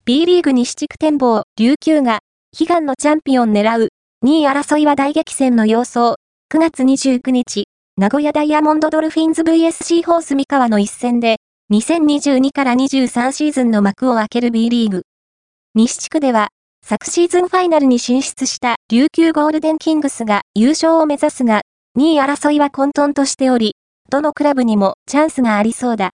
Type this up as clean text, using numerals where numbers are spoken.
B リーグ西地区展望、琉球が、悲願のチャンピオン狙う、2位争いは大激戦の様相。9月29日、名古屋ダイヤモンドドルフィンズ VS シーホース三河の一戦で、2022から23シーズンの幕を開ける B リーグ。西地区では、昨シーズンファイナルに進出した琉球ゴールデンキングスが優勝を目指すが、2位争いは混沌としており、どのクラブにもチャンスがありそうだ。